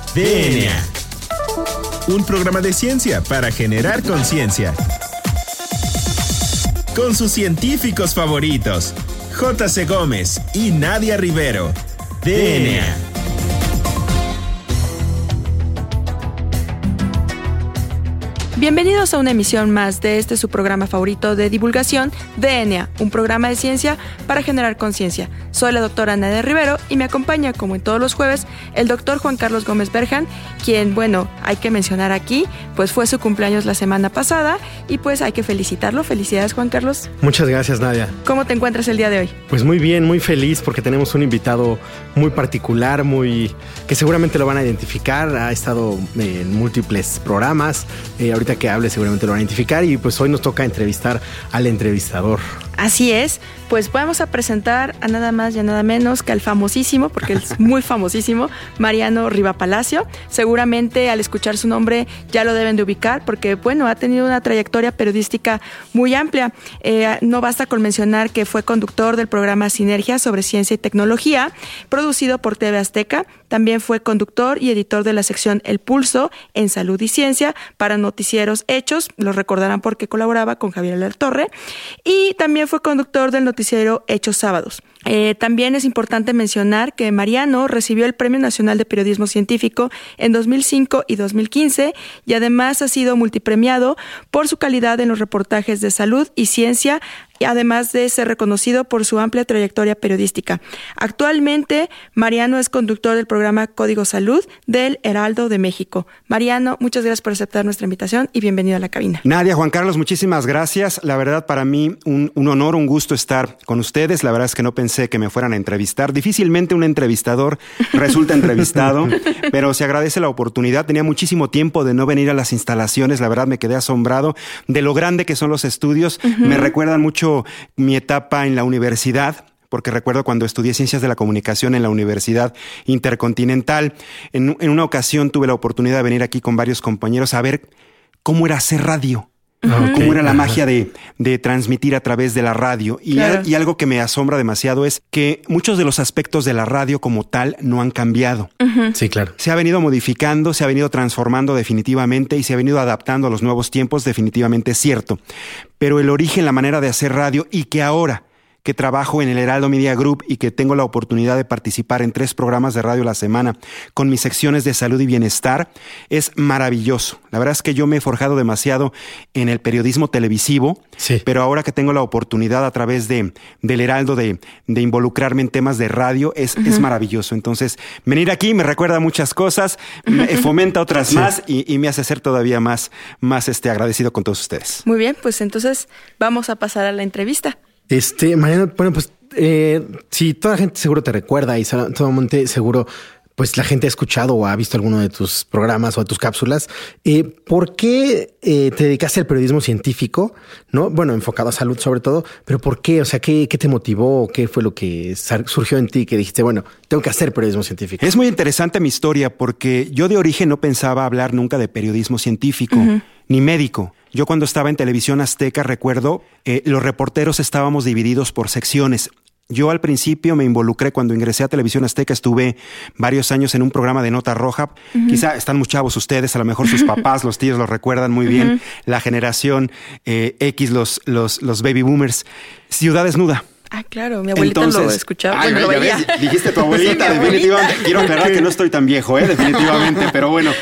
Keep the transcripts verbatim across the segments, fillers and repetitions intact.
D N A. Un programa de ciencia para generar conciencia. Con sus científicos favoritos, J C Gómez y Nadia Rivero. D N A. Bienvenidos a una emisión más de este su programa favorito de divulgación, D N A, un programa de ciencia para generar conciencia. Soy la doctora Nadia Rivero y me acompaña, como en todos los jueves, el doctor Juan Carlos Gómez Berjan, quien, bueno, hay que mencionar aquí, pues fue su cumpleaños la semana pasada y pues hay que felicitarlo. Felicidades, Juan Carlos. Muchas gracias, Nadia. ¿Cómo te encuentras el día de hoy? Pues muy bien, muy feliz porque tenemos un invitado muy particular, muy que seguramente lo van a identificar. Ha estado en múltiples programas. Eh, ahorita que hable seguramente lo van a identificar y pues hoy nos toca entrevistar al entrevistador. Así es, pues vamos a presentar a nada más y a nada menos que al famosísimo, porque es muy famosísimo, Mariano Riva Palacio. Seguramente al escuchar su nombre ya lo deben de ubicar porque, bueno, ha tenido una trayectoria periodística muy amplia. Eh, no basta con mencionar que fue conductor del programa Sinergia sobre ciencia y tecnología, producido por T V Azteca. También fue conductor y editor de la sección El Pulso en Salud y Ciencia para Noticieros Hechos, lo recordarán porque colaboraba con Javier Alatorre, y también fue conductor del noticiero Hechos Sábados. Eh, también es importante mencionar que Mariano recibió el Premio Nacional de Periodismo Científico en dos mil cinco y dos mil quince y además ha sido multipremiado por su calidad en los reportajes de salud y ciencia, y además de ser reconocido por su amplia trayectoria periodística. Actualmente, Mariano es conductor del programa Código Salud del Heraldo de México. Mariano, muchas gracias por aceptar nuestra invitación y bienvenido a la cabina. Nadia, Juan Carlos, muchísimas gracias. La verdad, para mí, un, un honor, un gusto estar con ustedes. La verdad es que no pensé que me fueran a entrevistar. Difícilmente un entrevistador resulta entrevistado, pero se agradece la oportunidad. Tenía muchísimo tiempo de no venir a las instalaciones. La verdad, me quedé asombrado de lo grande que son los estudios. Uh-huh. Me recuerdan mucho mi etapa en la universidad, porque recuerdo cuando estudié Ciencias de la Comunicación en la Universidad Intercontinental. En, en una ocasión tuve la oportunidad de venir aquí con varios compañeros a ver cómo era hacer radio. Uh-huh. Cómo era la magia de, de transmitir a través de la radio. Y, claro. y algo que me asombra demasiado es que muchos de los aspectos de la radio como tal no han cambiado. Uh-huh. Sí, claro. Se ha venido modificando, se ha venido transformando definitivamente y se ha venido adaptando a los nuevos tiempos, definitivamente es cierto. Pero el origen, la manera de hacer radio y que ahora que trabajo en el Heraldo Media Group y que tengo la oportunidad de participar en tres programas de radio a la semana con mis secciones de salud y bienestar, es maravilloso. La verdad es que yo me he forjado demasiado en el periodismo televisivo, sí. Pero ahora que tengo la oportunidad a través de, del Heraldo de, de involucrarme en temas de radio, es, uh-huh. es maravilloso. Entonces, venir aquí me recuerda muchas cosas, me fomenta otras sí. más y, y me hace ser todavía más, más este, agradecido con todos ustedes. Muy bien, pues entonces vamos a pasar a la entrevista. Este, Mariano, bueno, pues eh, si toda la gente seguro te recuerda y todo el mundo seguro, pues la gente ha escuchado o ha visto alguno de tus programas o de tus cápsulas. Eh, ¿Por qué eh, te dedicaste al periodismo científico? ¿No? Bueno, enfocado a salud sobre todo, pero ¿por qué? O sea, ¿qué, qué te motivó? ¿Qué fue lo que surgió en ti que dijiste, bueno, tengo que hacer periodismo científico? Es muy interesante mi historia porque yo de origen no pensaba hablar nunca de periodismo científico, uh-huh. ni médico. Yo cuando estaba en Televisión Azteca, recuerdo, eh, los reporteros estábamos divididos por secciones. Yo al principio me involucré cuando ingresé a Televisión Azteca, estuve varios años en un programa de Nota Roja. Uh-huh. Quizá están muy chavos ustedes, a lo mejor sus papás, los tíos lo recuerdan muy bien. Uh-huh. La generación eh, X, los, los, los baby boomers. Ciudad Desnuda. Ah, claro, mi abuelita Entonces, lo escuchaba. Ay, bueno, ya lo veía. Ves, dijiste tu abuelita, sí, definitivamente. Abuelita. Quiero aclarar que no estoy tan viejo, ¿eh? definitivamente, pero bueno.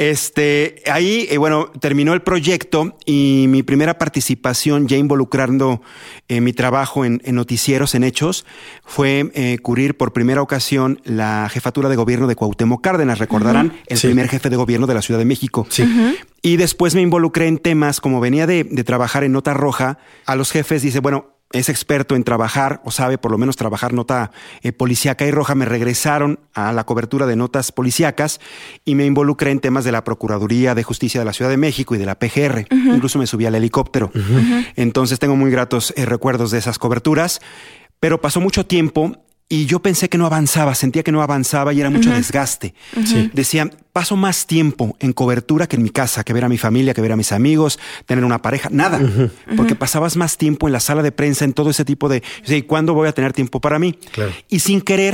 Este, ahí, eh, bueno, terminó el proyecto y mi primera participación ya involucrando eh, mi trabajo en, en noticieros, en hechos, fue eh, cubrir por primera ocasión la jefatura de gobierno de Cuauhtémoc Cárdenas, recordarán, uh-huh. el sí. primer jefe de gobierno de la Ciudad de México. Sí. Uh-huh. Y después me involucré en temas, como venía de, de trabajar en Nota Roja, a los jefes dice, bueno, es experto en trabajar o sabe por lo menos trabajar nota eh, policíaca y roja. Me regresaron a la cobertura de notas policíacas y me involucré en temas de la Procuraduría de Justicia de la Ciudad de México y de la P G R. Uh-huh. Incluso me subí al helicóptero. Uh-huh. Entonces tengo muy gratos eh, recuerdos de esas coberturas, pero pasó mucho tiempo y yo pensé que no avanzaba, sentía que no avanzaba y era mucho uh-huh. desgaste. Uh-huh. Sí. Decía, paso más tiempo en cobertura que en mi casa, que ver a mi familia, que ver a mis amigos, tener una pareja, nada. Uh-huh. Porque pasabas más tiempo en la sala de prensa, en todo ese tipo de... O sea, ¿y cuándo voy a tener tiempo para mí? Claro. Y sin querer,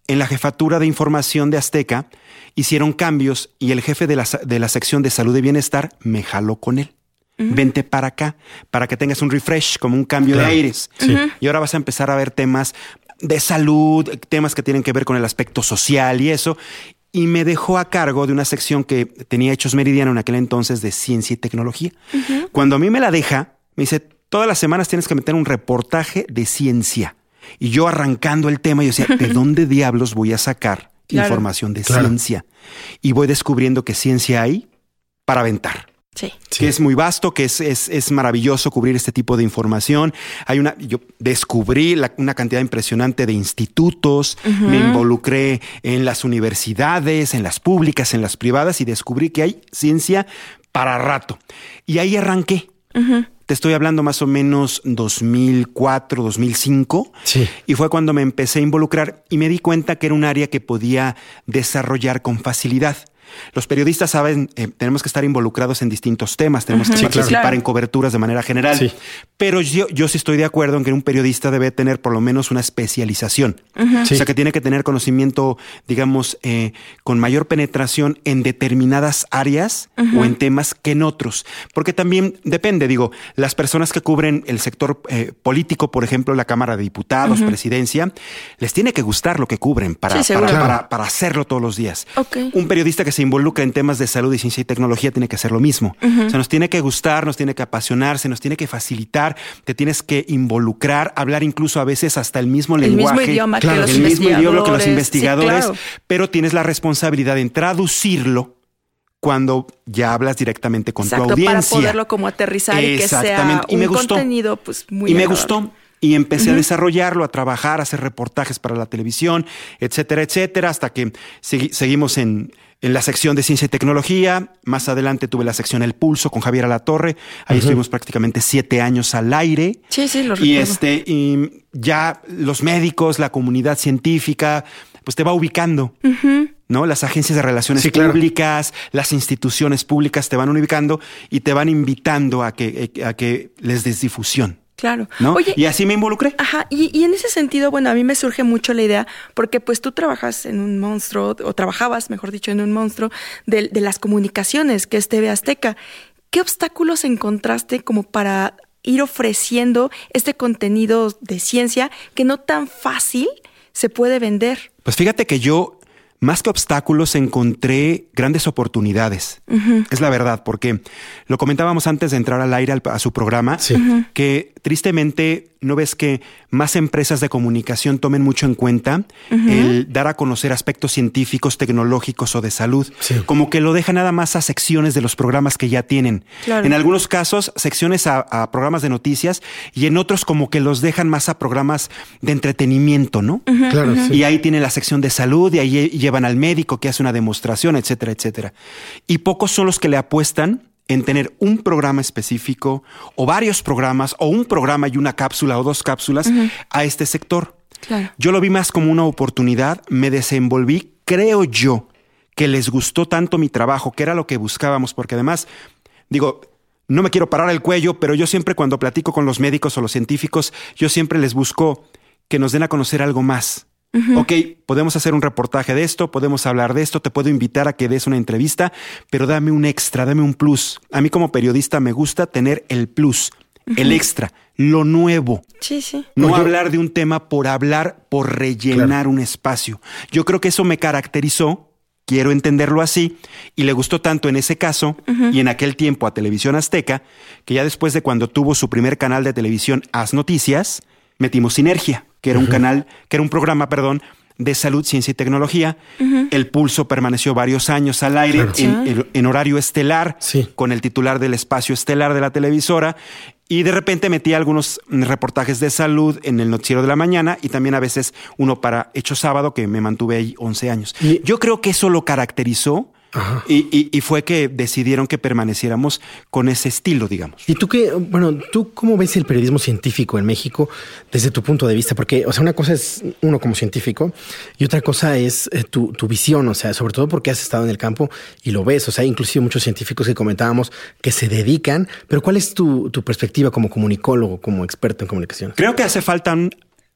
en la jefatura de información de Azteca hicieron cambios y el jefe de la, de la sección de salud y bienestar me jaló con él. Uh-huh. Vente para acá, para que tengas un refresh, como un cambio claro. de aires. Sí. Uh-huh. Y ahora vas a empezar a ver temas de salud, temas que tienen que ver con el aspecto social y eso. Y me dejó a cargo de una sección que tenía Hechos Meridiano en aquel entonces de ciencia y tecnología. Uh-huh. Cuando a mí me la deja, me dice, todas las semanas tienes que meter un reportaje de ciencia. Y yo arrancando el tema, yo decía, ¿de dónde diablos voy a sacar claro. información de claro. ciencia? Y voy descubriendo que ciencia hay para aventar. Sí. Que sí. es muy vasto, que es, es, es maravilloso cubrir este tipo de información. Hay una, yo descubrí la, una cantidad impresionante de institutos, uh-huh. me involucré en las universidades, en las públicas, en las privadas y descubrí que hay ciencia para rato. Y ahí arranqué. Uh-huh. Te estoy hablando más o menos dos mil cuatro, dos mil cinco. Sí. Y fue cuando me empecé a involucrar y me di cuenta que era un área que podía desarrollar con facilidad. Los periodistas saben, eh, tenemos que estar involucrados en distintos temas, tenemos uh-huh, que participar sí, claro. en coberturas de manera general. Sí. Pero yo, yo sí estoy de acuerdo en que un periodista debe tener por lo menos una especialización. Uh-huh. Sí. O sea, que tiene que tener conocimiento, digamos, eh, con mayor penetración en determinadas áreas uh-huh. o en temas que en otros. Porque también depende, digo, las personas que cubren el sector eh, político, por ejemplo, la Cámara de Diputados, uh-huh. presidencia, les tiene que gustar lo que cubren para, sí, para, claro. para, para hacerlo todos los días. Okay. Un periodista que se involucra en temas de salud y ciencia y tecnología tiene que hacer lo mismo. Uh-huh. O sea, nos tiene que gustar, nos tiene que apasionarse, nos tiene que facilitar, te tienes que involucrar, hablar incluso a veces hasta el mismo el lenguaje. Mismo idioma claro, que los el mismo idioma que los investigadores, sí, claro. pero tienes la responsabilidad en traducirlo cuando ya hablas directamente con Exacto, tu audiencia. Para poderlo como aterrizar y que sea y me un gustó. contenido pues muy Y me agradable. gustó. Y empecé uh-huh. a desarrollarlo, a trabajar, a hacer reportajes para la televisión, etcétera, etcétera, hasta que segui- seguimos en, en la sección de ciencia y tecnología. Más adelante tuve la sección El Pulso con Javier Alatorre. Ahí uh-huh. estuvimos prácticamente siete años al aire. Sí, sí, lo y recuerdo. este, y ya los médicos, la comunidad científica, pues te va ubicando. Uh-huh. ¿No? Las agencias de relaciones sí, públicas, claro. las instituciones públicas te van ubicando y te van invitando a que, a que les des difusión. Claro. ¿No? Oye, y así me involucré. Ajá. Y, y en ese sentido, bueno, a mí me surge mucho la idea, porque pues tú trabajas en un monstruo, o trabajabas, mejor dicho, en un monstruo de, de las comunicaciones, que es T V Azteca. ¿Qué obstáculos encontraste como para ir ofreciendo este contenido de ciencia que no tan fácil se puede vender? Pues fíjate que yo, más que obstáculos, encontré grandes oportunidades. Uh-huh. Es la verdad, porque lo comentábamos antes de entrar al aire al, a su programa, sí. uh-huh. que tristemente no ves que más empresas de comunicación tomen mucho en cuenta uh-huh. el dar a conocer aspectos científicos, tecnológicos o de salud. Sí. Como que lo deja nada más a secciones de los programas que ya tienen. Claro. En algunos casos, secciones a, a programas de noticias y en otros como que los dejan más a programas de entretenimiento, ¿no? Uh-huh. Claro, uh-huh. Y ahí tienen la sección de salud y ahí llevan al médico que hace una demostración, etcétera, etcétera. Y pocos son los que le apuestan en tener un programa específico o varios programas o un programa y una cápsula o dos cápsulas uh-huh. a este sector. Claro. Yo lo vi más como una oportunidad, me desenvolví, creo yo que les gustó tanto mi trabajo, que era lo que buscábamos, porque además, digo, no me quiero parar el cuello, pero yo siempre cuando platico con los médicos o los científicos, yo siempre les busco que nos den a conocer algo más. Uh-huh. Ok, podemos hacer un reportaje de esto, podemos hablar de esto, te puedo invitar a que des una entrevista, pero dame un extra, dame un plus. A mí como periodista me gusta tener el plus, uh-huh. el extra, lo nuevo. Sí, sí. No Oye. hablar de un tema por hablar, por rellenar claro. un espacio. Yo creo que eso me caracterizó, quiero entenderlo así, y le gustó tanto en ese caso uh-huh. y en aquel tiempo a Televisión Azteca, que ya después de cuando tuvo su primer canal de televisión, Haz Noticias, metimos Sinergia, que era un uh-huh. canal, que era un programa, perdón, de salud, ciencia y tecnología. Uh-huh. El Pulso permaneció varios años al aire claro. en, en, en horario estelar, sí. con el titular del espacio estelar de la televisora. Y de repente metí algunos reportajes de salud en el noticiero de la mañana y también a veces uno para Hecho Sábado, que me mantuve ahí once años. Y yo creo que eso lo caracterizó. Y, y, y fue que decidieron que permaneciéramos con ese estilo, digamos. ¿Y tú qué, bueno, tú cómo ves el periodismo científico en México desde tu punto de vista? Porque, o sea, una cosa es uno como científico y otra cosa es eh, tu, tu visión, o sea, sobre todo porque has estado en el campo y lo ves, o sea, inclusive muchos científicos que comentábamos que se dedican, pero ¿cuál es tu, tu perspectiva como comunicólogo, como experto en comunicación? Creo que hace falta un,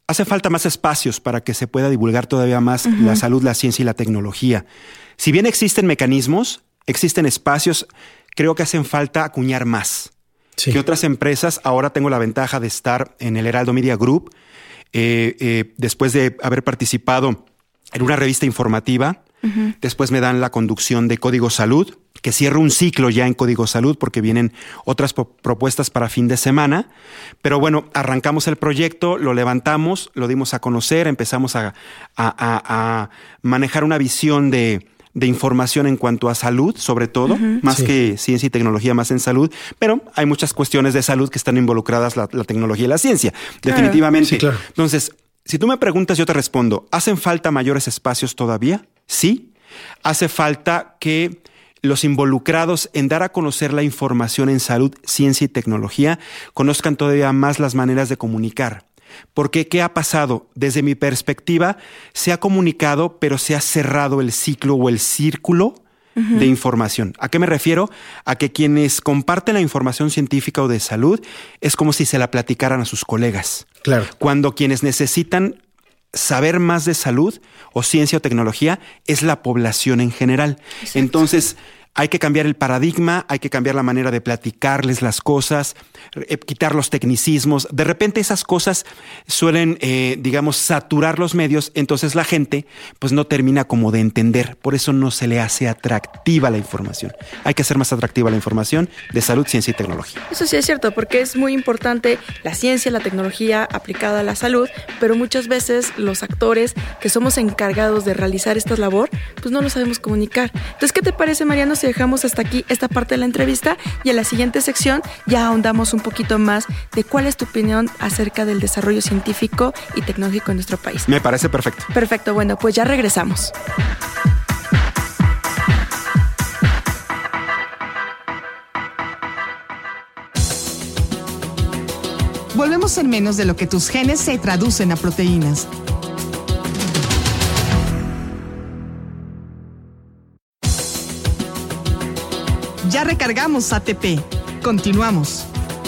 hace falta más espacios para que se pueda divulgar todavía más uh-huh. la salud, la ciencia y la tecnología. Si bien existen mecanismos, existen espacios, creo que hacen falta acuñar más. Sí. Que otras empresas, ahora tengo la ventaja de estar en el Heraldo Media Group, eh, eh, después de haber participado en una revista informativa, uh-huh. después me dan la conducción de Código Salud, que cierro un ciclo ya en Código Salud porque vienen otras po- propuestas para fin de semana. Pero bueno, arrancamos el proyecto, lo levantamos, lo dimos a conocer, empezamos a, a, a, a manejar una visión de, de información en cuanto a salud, sobre todo, uh-huh. más sí. que ciencia y tecnología, más en salud. Pero hay muchas cuestiones de salud que están involucradas la, la tecnología y la ciencia, claro. definitivamente. Sí, claro. Entonces, si tú me preguntas, yo te respondo, ¿hacen falta mayores espacios todavía? Sí. Hace falta que los involucrados en dar a conocer la información en salud, ciencia y tecnología conozcan todavía más las maneras de comunicar. Porque, ¿qué ha pasado? Desde mi perspectiva, se ha comunicado, pero se ha cerrado el ciclo o el círculo uh-huh. de información. ¿A qué me refiero? A que quienes comparten la información científica o de salud es como si se la platicaran a sus colegas. Claro. Cuando quienes necesitan saber más de salud o ciencia o tecnología es la población en general. Exacto. Entonces, hay que cambiar el paradigma, hay que cambiar la manera de platicarles las cosas, eh, quitar los tecnicismos. De repente esas cosas suelen, eh, digamos, saturar los medios, entonces la gente pues no termina como de entender. Por eso no se le hace atractiva la información. Hay que hacer más atractiva la información de salud, ciencia y tecnología. Eso sí es cierto, porque es muy importante la ciencia, la tecnología aplicada a la salud, pero muchas veces los actores que somos encargados de realizar esta labor, pues no lo sabemos comunicar. Entonces, ¿qué te parece, Mariano, si dejamos hasta aquí esta parte de la entrevista y en la siguiente sección ya ahondamos un poquito más de cuál es tu opinión acerca del desarrollo científico y tecnológico en nuestro país? Me parece perfecto. Perfecto, bueno, pues ya regresamos. Volvemos en menos de lo que tus genes se traducen a proteínas. Ya recargamos A T P. Continuamos.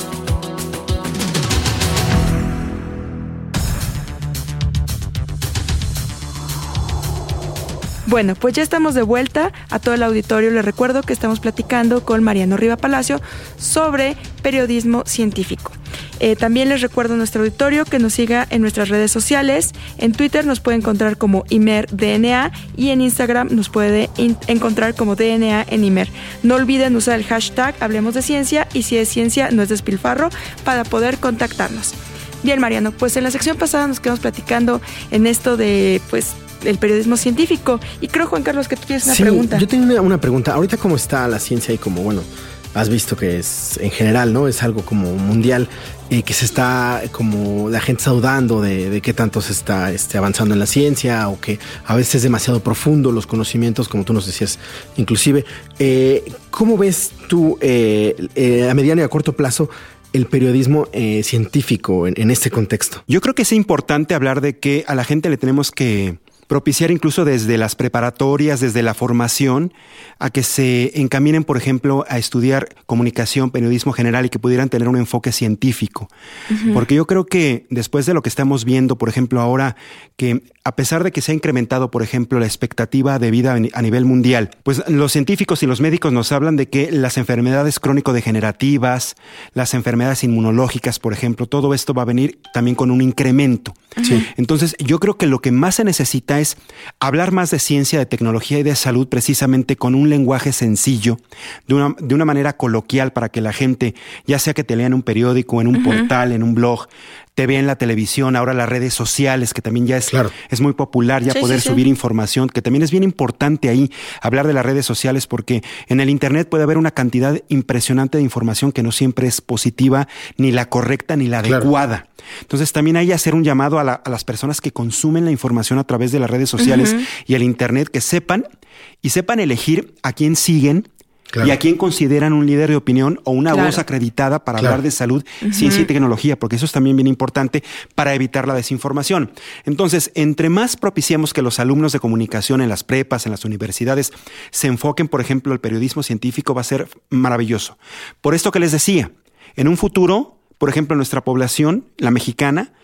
Bueno, pues ya estamos de vuelta a todo el auditorio. Les recuerdo que estamos platicando con Mariano Riva Palacio sobre periodismo científico. Eh, también les recuerdo a nuestro auditorio que nos siga en nuestras redes sociales. En Twitter nos puede encontrar como ImerDNA y en Instagram nos puede in- encontrar como D N A en Imer. No olviden usar el hashtag Hablemos de Ciencia y si es ciencia no es despilfarro para poder contactarnos. Bien, Mariano, pues en la sección pasada nos quedamos platicando en esto de, pues, el periodismo científico. Y creo, Juan Carlos, que tú tienes una sí, pregunta. Yo tengo una, una pregunta. Ahorita, ¿cómo está la ciencia y como, bueno, has visto que es en general, ¿no? Es algo como mundial, eh, que se está, como la gente está dudando de, de qué tanto se está este, avanzando en la ciencia o que a veces es demasiado profundo los conocimientos, como tú nos decías, inclusive. Eh, ¿Cómo ves tú eh, eh, a mediano y a corto plazo el periodismo eh, científico en, en este contexto? Yo creo que es importante hablar de que a la gente le tenemos que propiciar incluso desde las preparatorias, desde la formación, a que se encaminen, por ejemplo, a estudiar comunicación, periodismo general y que pudieran tener un enfoque científico. Uh-huh. Porque yo creo que después de lo que estamos viendo, por ejemplo, ahora que a pesar de que se ha incrementado, por ejemplo, la expectativa de vida a nivel mundial, pues los científicos y los médicos nos hablan de que las enfermedades crónico-degenerativas, las enfermedades inmunológicas, por ejemplo, todo esto va a venir también con un incremento. Sí. Entonces, yo creo que lo que más se necesita es hablar más de ciencia, de tecnología y de salud precisamente con un lenguaje sencillo, de una, de una manera coloquial para que la gente, ya sea que te lea en un periódico, en un uh-huh. portal, en un blog, te vea en la televisión, ahora las redes sociales, que también ya es, claro. es muy popular ya sí, poder sí, subir sí. información, que también es bien importante ahí hablar de las redes sociales porque en el internet puede haber una cantidad impresionante de información que no siempre es positiva, ni la correcta, ni la claro. adecuada. Entonces también hay que hacer un llamado a, la, a las personas que consumen la información a través de las redes sociales uh-huh. y el internet, que sepan y sepan elegir a quién siguen, claro. y a quién consideran un líder de opinión o una claro. voz acreditada para claro. hablar de salud, uh-huh. ciencia y tecnología, porque eso es también bien importante para evitar la desinformación. Entonces, entre más propiciemos que los alumnos de comunicación en las prepas, en las universidades, se enfoquen, por ejemplo, el periodismo científico, va a ser maravilloso. Por esto que les decía, en un futuro, por ejemplo, nuestra población, la mexicana,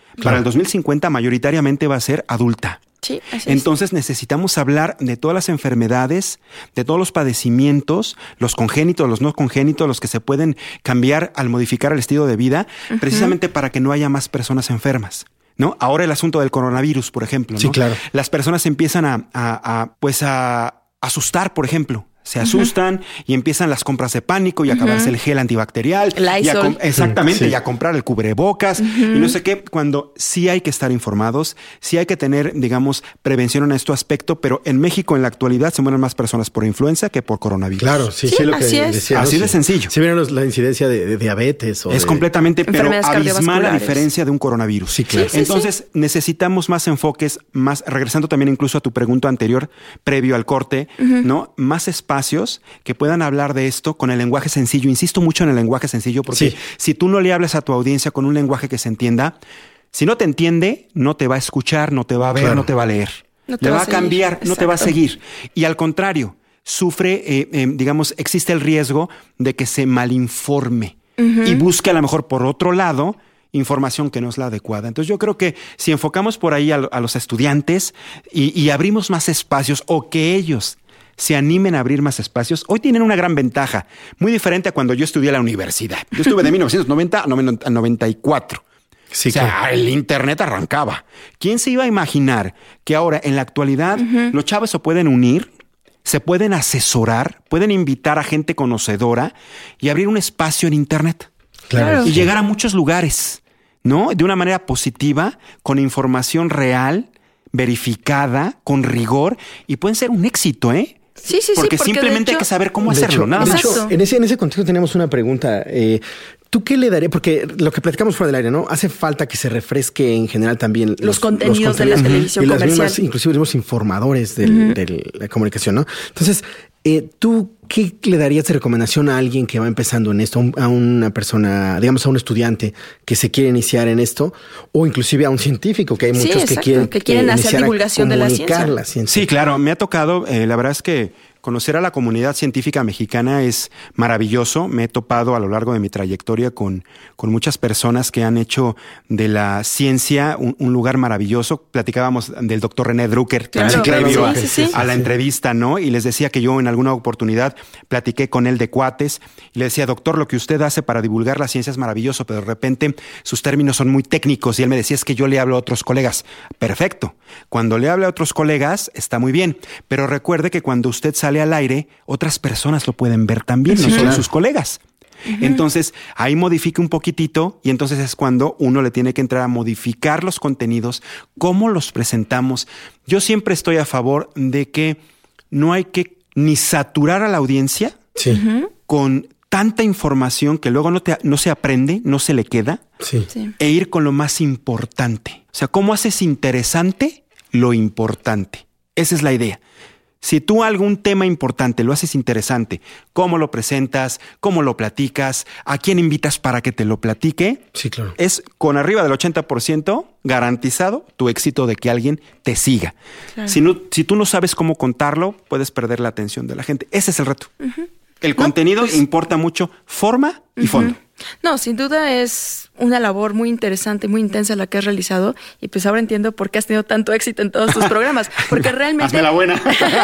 Claro. Para el dos mil cincuenta mayoritariamente va a ser adulta. Sí, así Entonces es. necesitamos hablar de todas las enfermedades, de todos los padecimientos, los congénitos, los no congénitos, los que se pueden cambiar al modificar el estilo de vida, uh-huh. precisamente para que no haya más personas enfermas, ¿no? Ahora el asunto del coronavirus, por ejemplo, ¿no? Sí, claro. Las personas empiezan a, a, a pues a asustar, por ejemplo. Se asustan uh-huh. y empiezan las compras de pánico y a acabarse uh-huh. el gel antibacterial. El y a com- exactamente, sí. y a comprar el cubrebocas uh-huh. y no sé qué. Cuando sí hay que estar informados, sí hay que tener, digamos, prevención en este aspecto, pero en México en la actualidad se mueren más personas por influenza que por coronavirus. Claro, sí, sí, sí, lo así que es. decíamos, Así sí. de sencillo. Si vieron la incidencia de, de diabetes o Es de... completamente, pero abismal la cardiovasculares. diferencia de un coronavirus. Sí, claro. Sí, sí, Entonces sí. necesitamos más enfoques, más, regresando también incluso a tu pregunta anterior, previo al corte, uh-huh. ¿no? Más espacios que puedan hablar de esto con el lenguaje sencillo. Insisto mucho en el lenguaje sencillo porque sí. si tú no le hablas a tu audiencia con un lenguaje que se entienda, si no te entiende, no te va a escuchar, no te va a ver, claro. no te va a leer. No te le va va a a cambiar, seguir. no te va a seguir. Y al contrario, sufre, eh, eh, digamos, existe el riesgo de que se malinforme uh-huh. y busque a lo mejor por otro lado información que no es la adecuada. Entonces yo creo que si enfocamos por ahí a, a los estudiantes y, y abrimos más espacios o que ellos se animen a abrir más espacios, hoy tienen una gran ventaja, muy diferente a cuando yo estudié en la universidad. Yo estuve de mil novecientos noventa a noventa y cuatro. Sí, o sea, claro. el internet arrancaba. ¿Quién se iba a imaginar que ahora en la actualidad uh-huh. los chavos se pueden unir, se pueden asesorar, pueden invitar a gente conocedora y abrir un espacio en internet? Claro. Y llegar a muchos lugares, ¿no? De una manera positiva, con información real, verificada, con rigor, y pueden ser un éxito, ¿eh? Sí, sí, porque sí. Porque simplemente hecho, hay que saber cómo de hacerlo, hecho, nada de más. hecho, en ese, en ese contexto tenemos una pregunta. Eh, ¿Tú qué le darías? Porque lo que platicamos fuera del aire, ¿no? Hace falta que se refresque en general también los, los contenidos los contenidos de la televisión y comercial. Las mismas, inclusive los mismos informadores del, uh-huh. de la comunicación, ¿no? Entonces, eh, ¿tú qué le darías de recomendación a alguien que va empezando en esto? A una persona, digamos, a un estudiante que se quiere iniciar en esto, o inclusive a un científico, que hay muchos sí, que quieren, que quieren eh, hacer divulgación de la ciencia. la ciencia. Sí, claro, me ha tocado, eh, la verdad es que conocer a la comunidad científica mexicana es maravilloso. Me he topado a lo largo de mi trayectoria con, con muchas personas que han hecho de la ciencia un, un lugar maravilloso. Platicábamos del doctor René Drucker, claro, también claro, previo sí, a, sí, sí. a la entrevista, ¿no? Y les decía que yo en alguna oportunidad platiqué con él de cuates y le decía, doctor, lo que usted hace para divulgar la ciencia es maravilloso, pero de repente sus términos son muy técnicos. Y él me decía, es que yo le hablo a otros colegas. Perfecto. Cuando le hable a otros colegas, está muy bien. Pero recuerde que cuando usted sale al aire, otras personas lo pueden ver también, sí, no solo claro. sus colegas. Uh-huh. Entonces, ahí modifique un poquitito y entonces es cuando uno le tiene que entrar a modificar los contenidos, cómo los presentamos. Yo siempre estoy a favor de que no hay que ni saturar a la audiencia sí. uh-huh. con tanta información que luego no, te, no se aprende, no se le queda, sí. Sí. e ir con lo más importante. O sea, ¿cómo haces interesante lo importante? Esa es la idea. Si tú algún tema importante lo haces interesante, cómo lo presentas, cómo lo platicas, a quién invitas para que te lo platique, sí, claro. es con arriba del ochenta por ciento garantizado tu éxito de que alguien te siga. Claro. Si, no, si tú no sabes cómo contarlo, puedes perder la atención de la gente. Ese es el reto. Uh-huh. El no, contenido pues, importa mucho forma y uh-huh. fondo. No, sin duda es una labor muy interesante, muy intensa la que has realizado y pues ahora entiendo por qué has tenido tanto éxito en todos tus programas, porque realmente... Hazme la buena.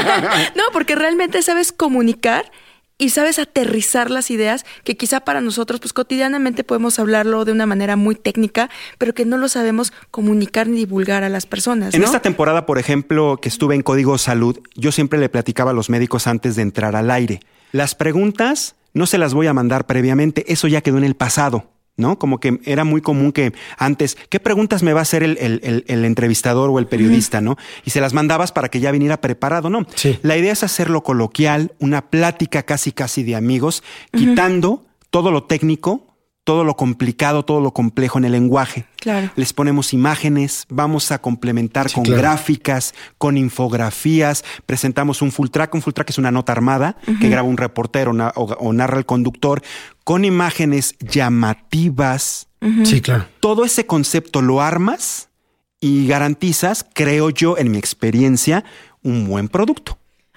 No, porque realmente sabes comunicar y sabes aterrizar las ideas que quizá para nosotros pues cotidianamente podemos hablarlo de una manera muy técnica, pero que no lo sabemos comunicar ni divulgar a las personas, ¿no? En esta temporada, por ejemplo, que estuve en Código Salud, yo siempre le platicaba a los médicos antes de entrar al aire. Las preguntas no se las voy a mandar previamente, eso ya quedó en el pasado, ¿no? Como que era muy común que antes, ¿qué preguntas me va a hacer el, el, el, el entrevistador o el periodista, uh-huh. ¿no? Y se las mandabas para que ya viniera preparado, ¿no? Sí. La idea es hacerlo coloquial, una plática casi casi de amigos, uh-huh. quitando todo lo técnico, todo lo complicado, todo lo complejo en el lenguaje. Claro. Les ponemos imágenes, vamos a complementar sí, con claro. gráficas, con infografías, presentamos un full track. Un full track es una nota armada uh-huh. que graba un reportero na- o, o narra el conductor, con imágenes llamativas. Uh-huh. Sí, claro. Todo ese concepto lo armas y garantizas, creo yo, en mi experiencia, un buen producto.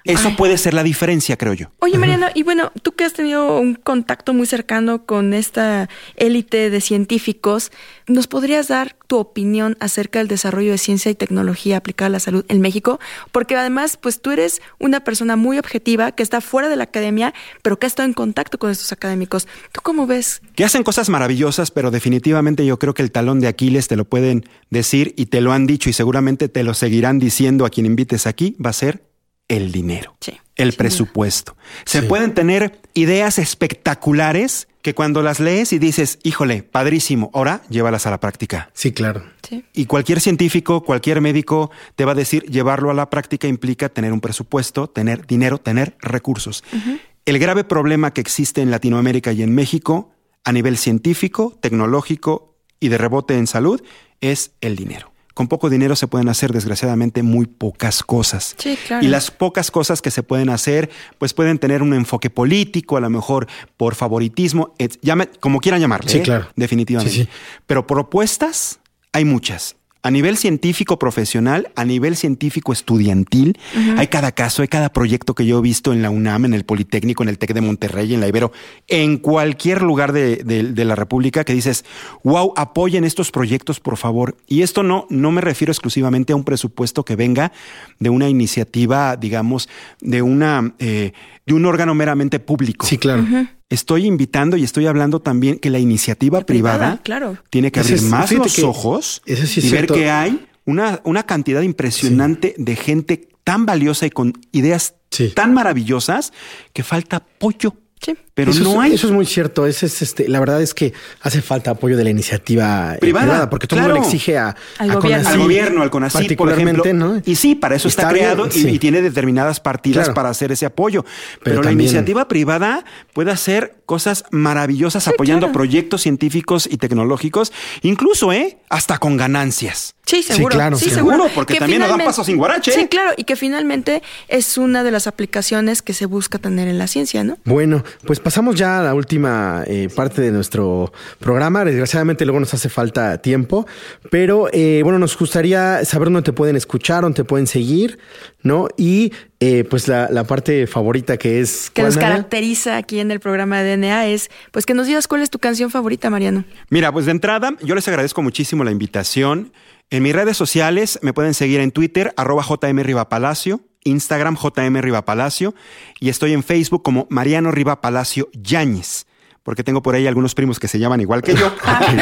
Eso Ay. puede ser la diferencia, creo yo. Oye, Mariano, y bueno, tú que has tenido un contacto muy cercano con esta élite de científicos, ¿nos podrías dar tu opinión acerca del desarrollo de ciencia y tecnología aplicada a la salud en México? Porque además, pues tú eres una persona muy objetiva que está fuera de la academia, pero que ha estado en contacto con estos académicos. ¿Tú cómo ves? Que hacen cosas maravillosas, pero definitivamente yo creo que el talón de Aquiles, te lo pueden decir y te lo han dicho y seguramente te lo seguirán diciendo a quien invites aquí, va a ser el dinero, Sí, el sin presupuesto. Se Sí. pueden tener ideas espectaculares que cuando las lees y dices, híjole, padrísimo, ahora llévalas a la práctica. Sí, claro. Sí. Y cualquier científico, cualquier médico te va a decir, llevarlo a la práctica implica tener un presupuesto, tener dinero, tener recursos. Uh-huh. El grave problema que existe en Latinoamérica y en México a nivel científico, tecnológico y de rebote en salud es el dinero. Con poco dinero se pueden hacer, desgraciadamente, muy pocas cosas. Sí, claro. Y las pocas cosas que se pueden hacer, pues pueden tener un enfoque político, a lo mejor por favoritismo, et, llame, como quieran llamarle. Sí, ¿eh? claro. Definitivamente. Sí, sí. Pero propuestas hay muchas. A nivel científico profesional, a nivel científico estudiantil, uh-huh. hay cada caso, hay cada proyecto que yo he visto en la UNAM, en el Politécnico, en el TEC de Monterrey, en la Ibero, en cualquier lugar de, de, de la República que dices, wow, apoyen estos proyectos, por favor. Y esto no, no me refiero exclusivamente a un presupuesto que venga de una iniciativa, digamos, de una eh, de un órgano meramente público. Sí, claro. Uh-huh. Estoy invitando y estoy hablando también que la iniciativa La privada, privada, claro. tiene que Ese abrir es- más fíjate los que ojos eso sí es y ver cierto. que hay una, una cantidad impresionante de gente tan valiosa y con ideas Sí. tan maravillosas que falta apoyo. Sí. Pero eso no es, hay. Eso es muy cierto. Ese es, este, la verdad es que hace falta apoyo de la iniciativa eh, Privada, privada, porque todo el mundo claro. le exige a, Al a gobierno. CONACYT, Al gobierno, al CONACYT, por ejemplo. particularmente, ¿no? Y sí, para eso está, Está bien, creado y, sí. y tiene determinadas partidas Claro. para hacer ese apoyo. Pero, Pero la también- iniciativa privada puede hacer cosas maravillosas Sí, apoyando claro. proyectos científicos y tecnológicos, incluso, ¿eh? Hasta con ganancias. Sí, seguro. claro, sí, seguro, seguro. porque Que también no da finalmente- paso sin guarache. Sí, claro, y que finalmente es una de las aplicaciones que se busca tener en la ciencia, ¿no? Bueno, pues pasamos ya a la última eh, parte de nuestro programa. Desgraciadamente luego nos hace falta tiempo, pero eh, bueno, nos gustaría saber dónde te pueden escuchar, dónde te pueden seguir, ¿no? Y eh, pues la, la parte favorita que es... Que ¿cuál, nos Nara? caracteriza aquí en el programa de D N A es, pues que nos digas cuál es tu canción favorita, Mariano. Mira, pues de entrada, yo les agradezco muchísimo la invitación. En mis redes sociales me pueden seguir en Twitter, arroba J M Rivapalacio, Instagram J M Rivapalacio, y estoy en Facebook como Mariano Rivapalacio Yáñez, porque tengo por ahí algunos primos que se llaman igual que yo.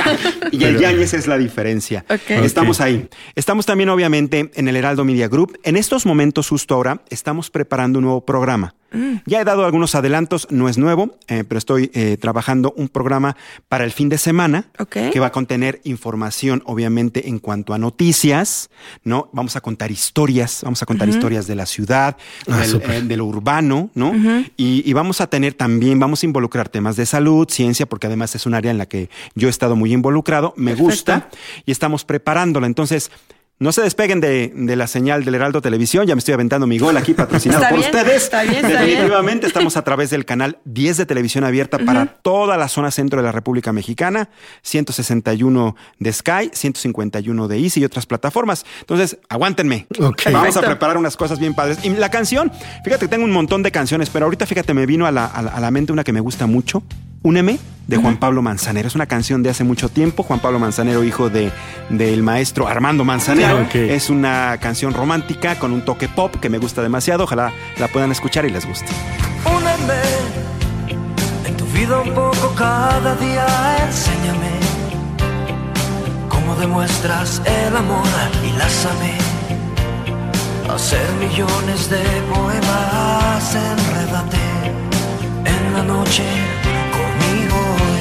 Y el Yáñez es la diferencia. Ok. Estamos ahí. Estamos también, obviamente, en el Heraldo Media Group. En estos momentos, justo ahora, estamos preparando un nuevo programa. Mm. Ya he dado algunos adelantos, no es nuevo, eh, pero estoy eh, trabajando un programa para el fin de semana Ok. que va a contener información, obviamente, en cuanto a noticias, ¿no? Vamos a contar historias, vamos a contar uh-huh. historias de la ciudad, Ah, del, eh, de lo urbano, ¿no? Uh-huh. Y, y vamos a tener también, vamos a involucrar temas de salud, ciencia, porque además es un área en la que yo he estado muy involucrado, me Perfecto. gusta y estamos preparándola. Entonces, no se despeguen de, de la señal del Heraldo Televisión. Ya me estoy aventando mi gol aquí patrocinado Está por bien, ustedes. está bien, está Definitivamente bien. estamos a través del canal diez de televisión abierta uh-huh. para toda la zona centro de la República Mexicana, ciento sesenta y uno de Sky, ciento cincuenta y uno de Easy y otras plataformas. Entonces, aguántenme. Okay. Vamos Perfecto. a preparar unas cosas bien padres. Y la canción, fíjate que tengo un montón de canciones, pero ahorita fíjate, me vino a la, a la, a la mente una que me gusta mucho. Úneme, de Juan Pablo Manzanero. Es una canción de hace mucho tiempo. Juan Pablo Manzanero, hijo de del maestro Armando Manzanero. Okay. Es una canción romántica con un toque pop que me gusta demasiado. Ojalá la puedan escuchar y les guste. Úneme en tu vida un poco cada día. Enséñame cómo demuestras el amor y lázame a hacer millones de poemas. Enrédate en la noche conmigo.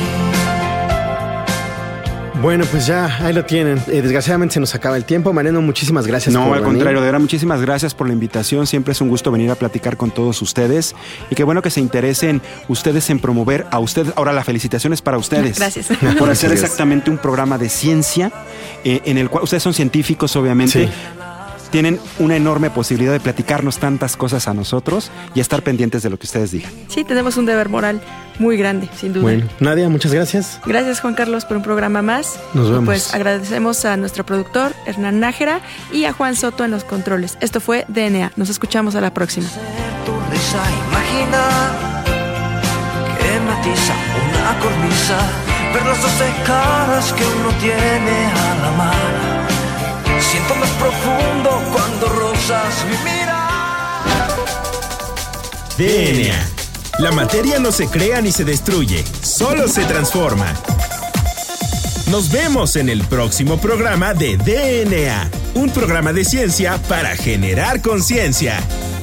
Bueno, pues ya, ahí lo tienen. Eh, desgraciadamente se nos acaba el tiempo. Mariano, muchísimas gracias. No, por al venir. contrario, de verdad, muchísimas gracias por la invitación. Siempre es un gusto venir a platicar con todos ustedes. Y qué bueno que se interesen ustedes en promover a ustedes. Ahora, la felicitación es para ustedes. Gracias. Por hacer Gracias. exactamente un programa de ciencia eh, en el cual ustedes son científicos, obviamente. Sí. tienen una enorme posibilidad de platicarnos tantas cosas a nosotros y estar pendientes de lo que ustedes digan. Sí, tenemos un deber moral muy grande, sin duda. Bueno, Nadia, muchas gracias. Gracias, Juan Carlos, por un programa más. Nos vemos. Y pues agradecemos a nuestro productor, Hernán Nájera, y a Juan Soto en los controles. Esto fue D N A. Nos escuchamos a la próxima. Tu risa, imagina que matiza una cornisa, ver las doce caras que uno tiene a la mano. Siento más profundo cuando rozas mi mirada. D N A. La materia no se crea ni se destruye, solo se transforma. Nos vemos en el próximo programa de D N A, un programa de ciencia para generar conciencia.